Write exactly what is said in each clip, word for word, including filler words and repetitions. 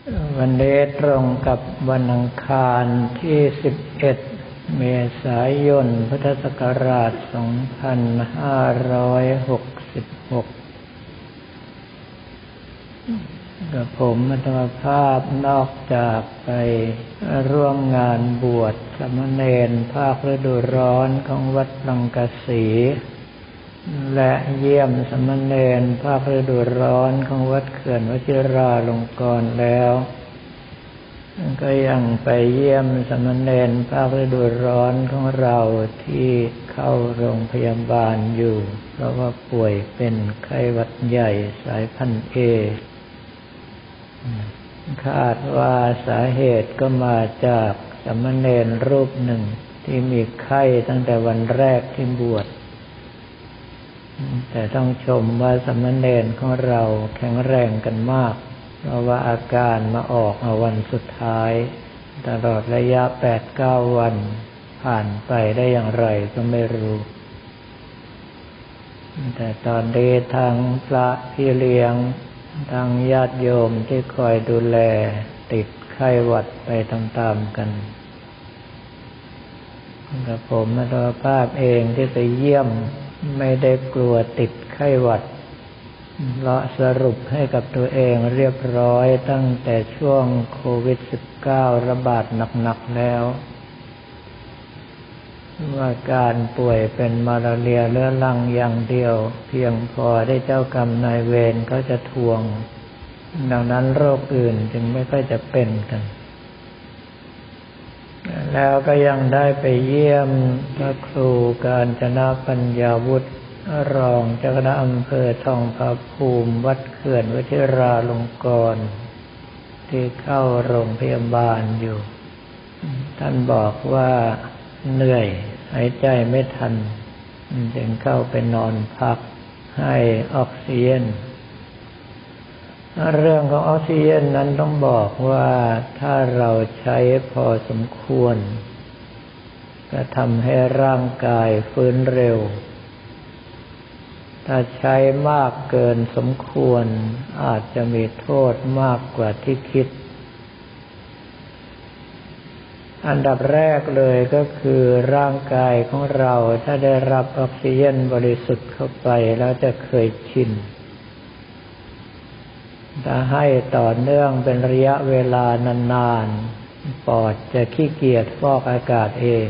วันนี้ตรงกับวันอังคารที่สิบเอ็ดเมษายนพุทธศักราชสองพันห้าร้อยหกสิบหกกับผมอัตมาภาพนอกจากไปร่วมงานบวชสามเณรภาคฤดูร้อนของวัดลังกะสีและเยี่ยมสามเณรภาคฤดูร้อนของวัดเขื่อนวชิราลงกรณ์แล้วก็ยังไปเยี่ยมสามเณรภาคฤดูร้อนของเราที่เข้าโรงพยาบาลอยู่เพราะว่าป่วยเป็นไข้หวัดใหญ่สายพันธุ์เอคาดว่าสาเหตุก็มาจากสามเณรรูปหนึ่งที่มีไข้ตั้งแต่วันแรกที่บวชแต่ต้องชมว่าสามเณรของเราแข็งแรงกันมากเพราะว่าอาการมาออกเอาวันสุดท้ายตลอดระยะ แปดเก้า วันผ่านไปได้อย่างไรก็ไม่รู้แต่ตอนนี้ทางพระพี่เลี้ยงทางญาติโยมที่คอยดูแลติดไข้หวัดไปตามๆกันกับผมอัตมาภาพเองที่ไปเยี่ยมไม่ได้กลัวติดไข้หวัดเพราะสรุปให้กับตัวเองเรียบร้อยตั้งแต่ช่วงโควิด สิบเก้า ระบาดหนักๆแล้วว่าการป่วยเป็นมาลาเรียเรื้อรังอย่างเดียวเพียงพอได้เจ้ากรรมนายเวรเขาจะทวงดังนั้นโรคอื่นจึงไม่ค่อยจะเป็นกันแล้วก็ยังได้ไปเยี่ยมพระครูกาญจนปัญญาวุฒิรองเจ้าคณะอำเภอทองผาภูมิวัดเขื่อนวชิราลงกรณ์ที่เข้าโรงพยาบาลอยู่ท่านบอกว่าเหนื่อยหายใจไม่ทันจึงเข้าไปนอนพักให้ออกซิเจนเรื่องของออกซิเจนนั้นต้องบอกว่าถ้าเราใช้พอสมควรจะทำให้ร่างกายฟื้นเร็วถ้าใช้มากเกินสมควรอาจจะมีโทษมากกว่าที่คิดอันดับแรกเลยก็คือร่างกายของเราถ้าได้รับออกซิเจนบริสุทธิ์เข้าไปแล้วจะเคยชินถ้าให้ต่อเนื่องเป็นระยะเวลานานๆปอดจะขี้เกียจฟอกอากาศเอง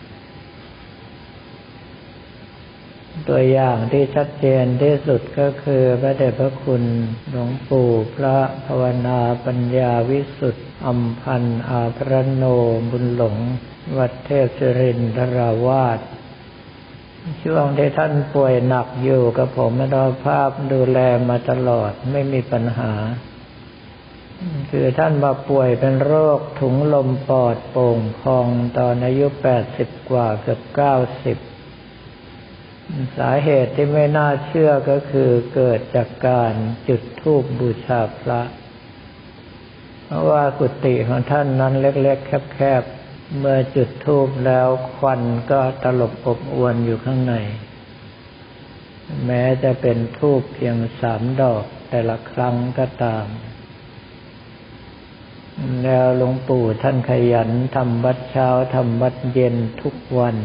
ตัวอย่างที่ชัดเจนที่สุดก็คือพระเดชพระคุณหลวงปู่พระภาวนาปัญญาวิสุทธิ์อัมพันธ์อาภรโนบุญหลงวัดเทพศิรินทราวาสช่วงที่ท่านป่วยหนักอยู่กับผมอัตมาภาพดูแลมาตลอดไม่มีปัญหาคือท่านมาป่วยเป็นโรคถุงลมปอดโป่งพองตอนอายุแปดสิบกว่าเกือบเก้าสิบสาเหตุที่ไม่น่าเชื่อก็คือเกิดจากการจุดธูปบูชาพระเพราะว่ากุฏิของท่านนั้นเล็กๆแคบๆเมื่อจุดธูปแล้วควันก็ตลบอบอวนอยู่ข้างในแม้จะเป็นธูปเพียงสามดอกแต่ละครั้งก็ตามแล้วหลวงปู่ท่านขยันทำวัดเช้าทำวัดเย็นทุกวัน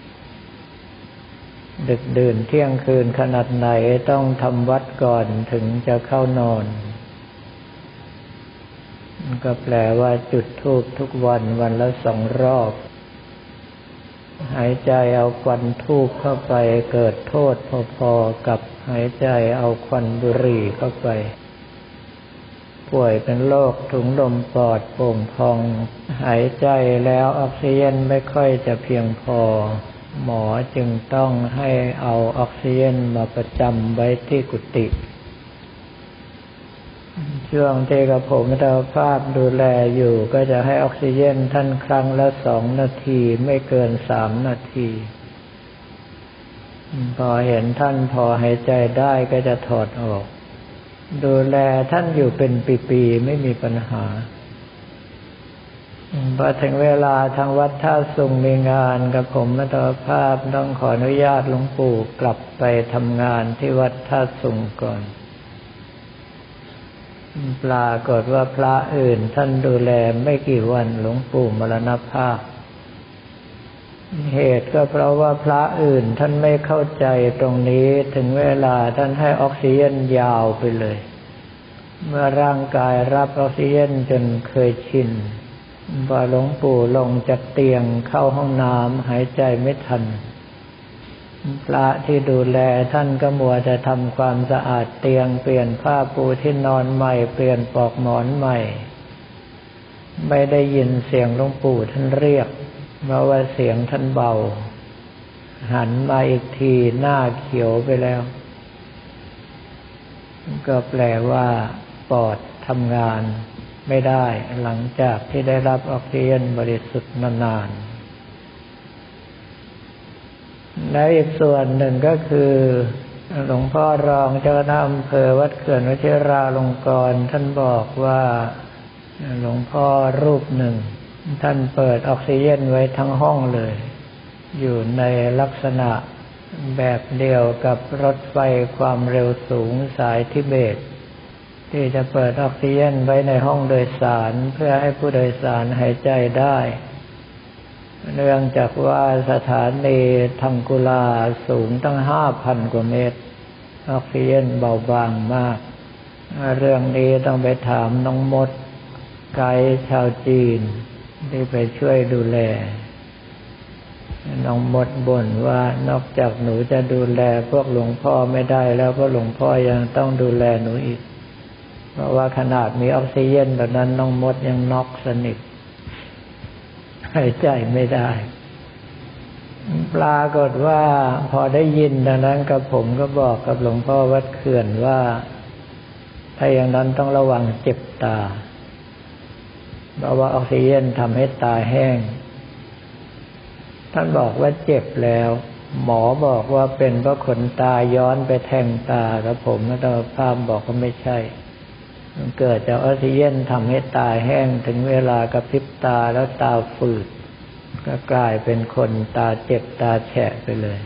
ดึกดื่นเที่ยงคืนขนาดไหนต้องทำวัดก่อนถึงจะเข้านอนก็แปลว่าจุดธูปทุกวันวันละสองรอบหายใจเอาควันธูปเข้าไปเกิดโทษพอๆกับหายใจเอาควันบุหรี่เข้าไปป่วยเป็นโรคถุงลมปอดโป่งพองหายใจแล้วออกซิเจนไม่ค่อยจะเพียงพอหมอจึงต้องให้เอาออกซิเจนมาประจำไว้ที่กุฏิช่วงที่กับผมอัตมาภาพดูแลอยู่ก็จะให้ออกซิเจนท่านครั้งละสองนาทีไม่เกินสามนาทีพอเห็นท่านพอหายใจได้ก็จะถอดออกดูแลท่านอยู่เป็นปีๆไม่มีปัญหาพอถึงเวลาทางวัดท่าสุงมีงานกับผมอัตมาภาพต้องขออนุญาตหลวงปู่กลับไปทำงานที่วัดท่าสุงก่อนปรากฏว่าพระอื่นท่านดูแลไม่กี่วันหลวงปู่มรณภาพเหตุก็เพราะว่าพระอื่นท่านไม่เข้าใจตรงนี้ถึงเวลาท่านให้ออกซิเจนยาวไปเลยเมื่อร่างกายรับออกซิเจนจนเคยชินพอหลวงปู่ลงจากเตียงเข้าห้องน้ำหายใจไม่ทันพระที่ดูแลท่านก็มัวจะทำความสะอาดเตียงเปลี่ยนผ้าปูที่นอนใหม่เปลี่ยนปลอกหมอนใหม่ไม่ได้ยินเสียงหลวงปู่ท่านเรียกเพราะว่าเสียงท่านเบาหันมาอีกทีหน้าเขียวไปแล้วก็แปลว่าปอดทำงานไม่ได้หลังจากที่ได้รับออกซิเจนบริสุทธิ์นานๆและอีกส่วนหนึ่งก็คือหลวงพ่อรองเจ้าคณะอำเภอวัดเขื่อนวชิราลงกรณ์ท่านบอกว่าหลวงพ่อรูปหนึ่งท่านเปิดออกซิเจนไว้ทั้งห้องเลยอยู่ในลักษณะแบบเดียวกับรถไฟความเร็วสูงสายทิเบตที่จะเปิดออกซิเจนไว้ในห้องโดยสารเพื่อให้ผู้โดยสารหายใจได้เนื่องจากว่าสถานีทังกุลาสูงตั้ง ห้าพัน กว่าเมตรออกซิเจนเบาบางมากเรื่องนี้ต้องไปถามน้องมดไกด์ชาวจีนที่ไปช่วยดูแลน้องมดบ่นว่านอกจากหนูจะดูแลพวกหลวงพ่อไม่ได้แล้วพวกหลวงพ่อยังต้องดูแลหนูอีกเพราะว่าขนาดมีออกซิเจนแบบนั้นน้องมดยังน็อกสนิทหายใจไม่ได้ปรากฏว่าพอได้ยินดังนั้นกับผมก็บอกกับหลวงพ่อวัดเขื่อนว่าถ้าอย่างนั้นต้องระวังเจ็บตาเพราะว่าออกซิเจนทำให้ตาแห้งท่านบอกว่าเจ็บแล้วหมอบอกว่าเป็นเพราะขนตาย้อนไปแทงตาแล้วผมนัตภาพบอกว่าไม่ใช่มันเกิดจากออกซิเจนทำให้ตาแห้งถึงเวลากระพริบตาแล้วตาฝืดก็กลายเป็นคนตาเจ็บตาแฉะไปเลย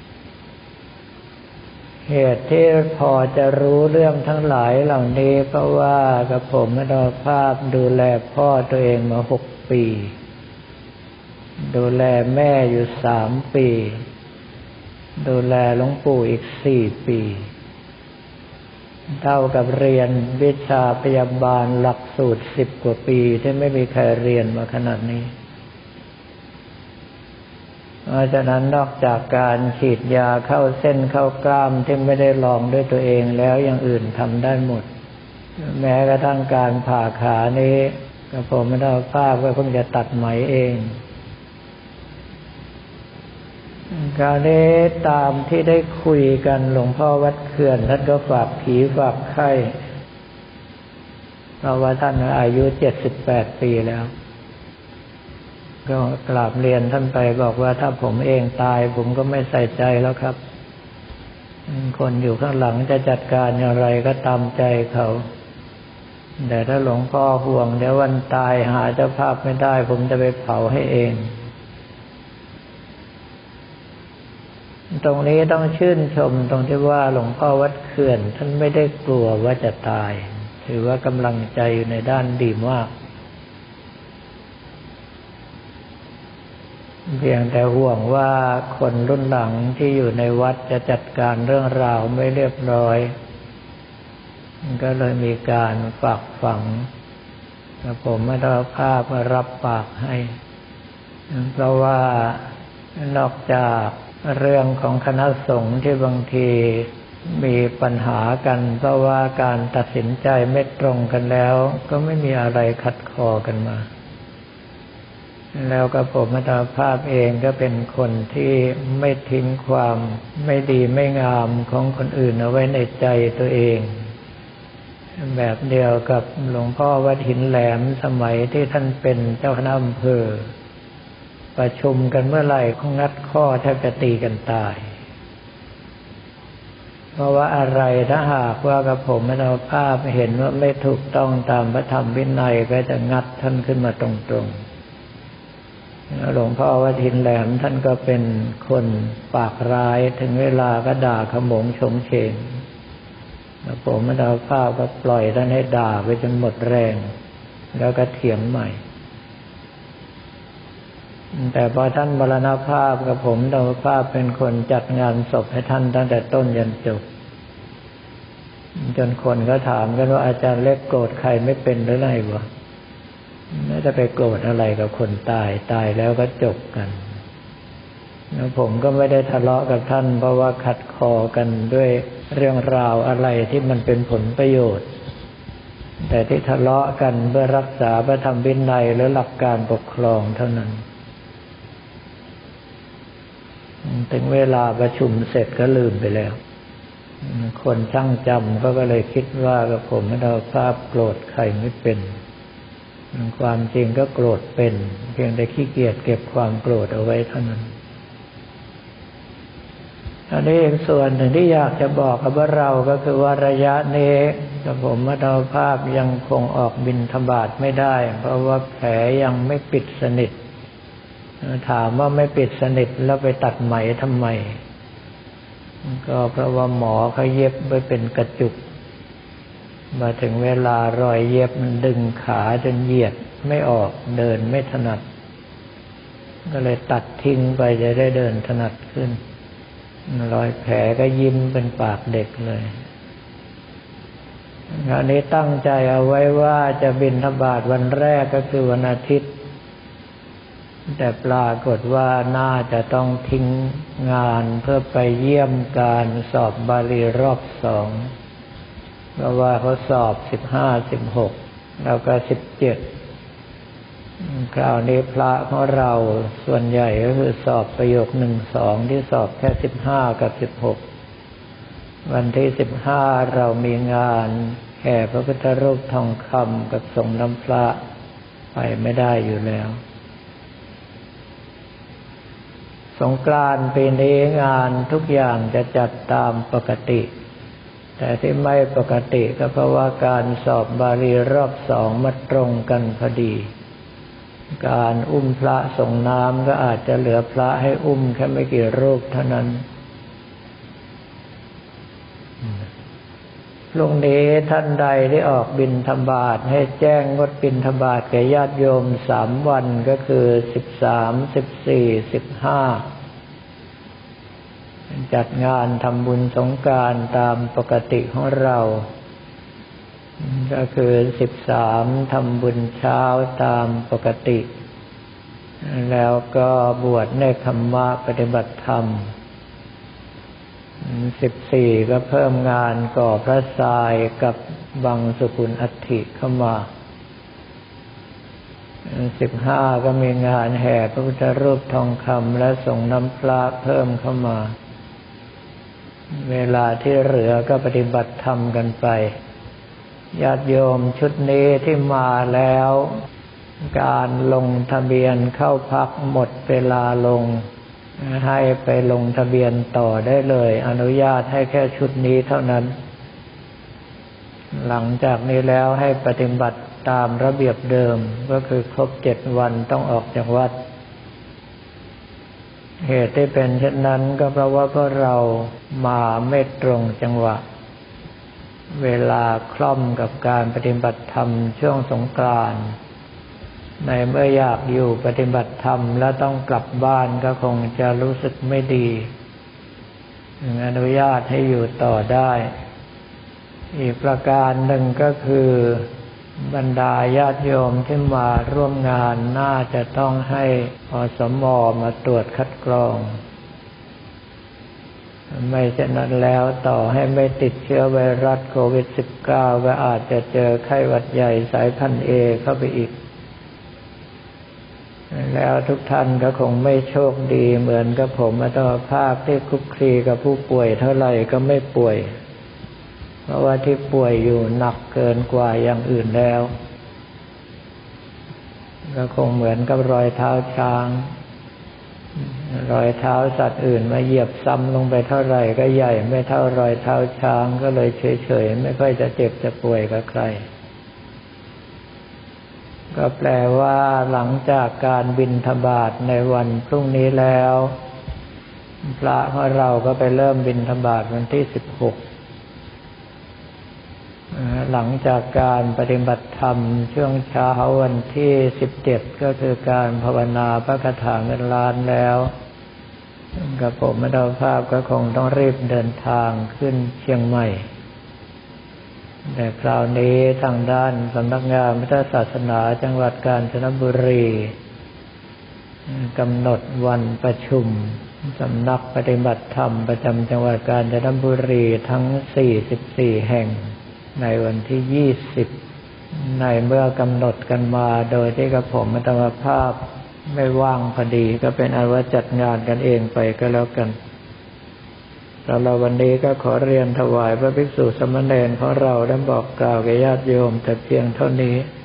เหตุที่พอจะรู้เรื่องทั้งหลายเหล่านี้เพราะว่ากับผมนัตภาพดูแลพ่อตัวเองมาหกปีดูแลแม่อยู่สามปีดูแลหลวงปู่อีกสี่ปีเท่ากับเรียนวิชาพยาบาลหลักสูตรสิบกว่าปีที่ไม่มีใครเรียนมาขนาดนี้เพราะฉะนั้นนอกจากการฉีดยาเข้าเส้นเข้ากล้ามที่ไม่ได้ลองด้วยตัวเองแล้วอย่างอื่นทำได้หมดแม้กระทั่งการผ่าขานี้กับผมไม่ได้ภาพก็เพิ่งจะตัดไหมเองการนี้ตามที่ได้คุยกันหลวงพ่อวัดเขื่อนท่านก็ฝากผีฝากไข้เพราะว่าท่านอายุเจ็ดสิบแปดปีแล้วก็กราบเรียนท่านไปบอกว่าถ้าผมเองตายผมก็ไม่ใส่ใจแล้วครับคนอยู่ข้างหลังจะจัดการอย่างไรก็ตามใจเขาแต่ถ้าหลวงพ่อห่วงเดี๋ยววันตายหาเจ้าภาพไม่ได้ผมจะไปเผาให้เองตรงนี้ต้องชื่นชมตรงที่ว่าหลวงพ่อวัดเขื่อนท่านไม่ได้กลัวว่าจะตายถือว่ากำลังใจอยู่ในด้านดีมากเพียงแต่ห่วงว่าคนรุ่นหลังที่อยู่ในวัดจะจัดการเรื่องราวไม่เรียบร้อยก็เลยมีการฝากฝังและผมไม่ได้ภาพมารับปากให้เพราะว่านอกจากเรื่องของคณะสงฆ์ที่บางทีมีปัญหากันเพราะว่าการตัดสินใจไม่ตรงกันแล้วก็ไม่มีอะไรขัดคอกันมาแล้วก็ผมอัตภาพเองก็เป็นคนที่ไม่ทิ้งความไม่ดีไม่งามของคนอื่นเอาไว้ในใจตัวเองแบบเดียวกับหลวงพ่อวัดหินแหลมสมัยที่ท่านเป็นเจ้าคณะอำเภอประชุมกันเมื่อไหร่ก็งัดข้อแทบจะตีกันตายเพราะว่าอะไรถ้าหากว่ากับผมอัตภาพเห็นว่าไม่ถูกต้องตามพระธรรมวินัยก็จะงัดท่านขึ้นมาตรงๆหลวงพ่อวัดหินแหลมท่านก็เป็นคนปากร้ายถึงเวลาก็ด่าขโมงโฉงเฉงแล้วผมไม่เอาภาพก็ปล่อยท่านให้ด่าไปจนหมดแรงแล้วก็เถียงใหม่แต่พอท่านมรณภาพกับผมอัตภาพเป็นคนจัดงานศพให้ท่านตั้งแต่ต้นยันจบจนคนก็ถามกันว่าอาจารย์เล็กโกรธใครไม่เป็นหรือไงวะไม่จะไปโกรธอะไรกับคนตายตายแล้วก็จบกันแล้วผมก็ไม่ได้ทะเลาะกับท่านเพราะว่าขัดคอกันด้วยเรื่องราวอะไรที่มันเป็นผลประโยชน์แต่ที่ทะเลาะกันเพื่อรักษาพระธรรมวินัยและหลักการปกครองเท่านั้นถึงเวลาประชุมเสร็จก็ลืมไปแล้วคนช่างจำก็เลยคิดว่ากับผมไม่ได้ภาพโกรธใครไม่เป็นความจริงก็โกรธเป็นเพียงแต่ขี้เกียจเก็บความโกรธเอาไว้เท่านั้นอันนี้อีกส่วนหนึ่งที่อยากจะบอกกับว่าเราก็คือว่าระยะนี้กับผมไม่ได้ภาพยังคงออกบิณฑบาตไม่ได้เพราะว่าแผลยังไม่ปิดสนิทถามว่าไม่ปิดสนิทแล้วไปตัดไหมทำไมก็เพราะว่าหมอเขาเย็บไว้เป็นกระจุกมาถึงเวลารอยเย็บมันดึงขาจนเหยียดไม่ออกเดินไม่ถนัดก็เลยตัดทิ้งไปจะได้เดินถนัดขึ้นรอยแผลก็ยิ้มเป็นปากเด็กเลยอันนี้ตั้งใจเอาไว้ว่าจะบิณฑบาตวันแรกก็คือวันอาทิตย์แต่ปรากฏว่าน่าจะต้องทิ้งงานเพื่อไปเยี่ยมการสอบบาลีรอบสองเพราะว่าเขาสอบสิบห้าสิบหกแล้วก็สิบเจ็ดคราวนี้พระของเราส่วนใหญ่ก็คือสอบประโยคหนึ่งสองที่สอบแค่สิบห้ากับสิบหกวันที่สิบห้าเรามีงานแห่พระพุทธรูปทองคำกับส่งน้ำพระไปไม่ได้อยู่แล้วสงกรานต์ปีนี้งานทุกอย่างจะจัดตามปกติแต่ที่ไม่ปกติก็เพราะว่าการสอบบาลีรอบสองมาตรงกันพอดีการอุ้มพระส่งน้ำก็อาจจะเหลือพระให้อุ้มแค่ไม่กี่รูปเท่านั้นพรุ่งนี้ท่านใดที่ออกบิณฑบาตให้แจ้งงดบิณฑบาตแก่ญาติโยมสามวันก็คือสิบสาม สิบสี่ สิบห้าจัดงานทำบุญสงกรานต์ตามปกติของเราก็คือสิบสามทำบุญเช้าตามปกติแล้วก็บวชเนกขัมมะปฏิบัติธรรมสิบสี่ก็เพิ่มงานก่อพระทรายกับบังสุกุลอัฐิเข้ามาสิบห้าก็มีงานแห่พระพุทธรูปทองคำและส่งน้ำพระเพิ่มเข้ามาเวลาที่เหลือก็ปฏิบัติธรรมกันไปญาติโยมชุดนี้ที่มาแล้วการลงทะเบียนเข้าพักหมดเวลาลงให้ไปลงทะเบียนต่อได้เลยอนุญาตให้แค่ชุดนี้เท่านั้นหลังจากนี้แล้วให้ปฏิบัติตามระเบียบเดิมก็คือครบเจ็ดวันต้องออกจากวัดเหตุที่เป็นเช่นนั้นก็เพราะว่าพวกเรามาไม่ตรงจังหวะเวลาคล่อมกับการปฏิบัติธรรมช่วงสงกรานต์ในเมื่ออยากอยู่ปฏิบัติธรรมแล้วต้องกลับบ้านก็คงจะรู้สึกไม่ดีอนุญาตให้อยู่ต่อได้อีกประการหนึ่งก็คือบรรดาญาติโยมที่มาร่วมงานน่าจะต้องให้อสม.มาตรวจคัดกรองไม่เช่นนั้นแล้วต่อให้ไม่ติดเชื้อไวรัสโควิด สิบเก้า ก็อาจจะเจอไข้หวัดใหญ่สายพันธุ์ เอ เข้าไปอีกแล้วทุกท่านก็คงไม่โชคดีเหมือนกับผมอัตภาพที่คลุกคลีกับผู้ป่วยเท่าไหร่ก็ไม่ป่วยเพราะว่าที่ป่วยอยู่หนักเกินกว่าอย่างอื่นแล้วก็คงเหมือนกับรอยเท้าช้างรอยเท้าสัตว์อื่นมาเหยียบซ้ำลงไปเท่าไหร่ก็ใหญ่ไม่เท่ารอยเท้าช้างก็เลยเฉยๆไม่ค่อยจะเจ็บจะป่วยกับใครก็แปลว่าหลังจากการบิณฑบาตในวันพรุ่งนี้แล้วพระของเราก็ไปเริ่มบิณฑบาตวันที่สิบหกหลังจากการปฏิบัติธรรมช่วงเช้าวันที่สิบเจ็ดก็คือการภาวนาพระคาถาเงินล้านแล้วกับผมไม่ได้ภาพก็คงต้องรีบเดินทางขึ้นเชียงใหม่แต่คราวนี้ทางด้านสำนักงานพุทธศาสนาจังหวัดกาญจนบุรีกำหนดวันประชุมสำนักปฏิบัติธรรมประจำจังหวัดกาญจนบุรีทั้งสี่สิบสี่แห่งในวันที่ยี่สิบในเมื่อกำหนดกันมาโดยที่กับผมอัตมภาพไม่ว่างพอดีก็เป็นอันว่าจัดงานกันเองไปก็แล้วกันสำหรับวันนี้ก็ขอเรียนถวายพระภิกษุสามเณรของเราได้บอกกล่าวแก่ญาติโยมแต่เพียงเท่านี้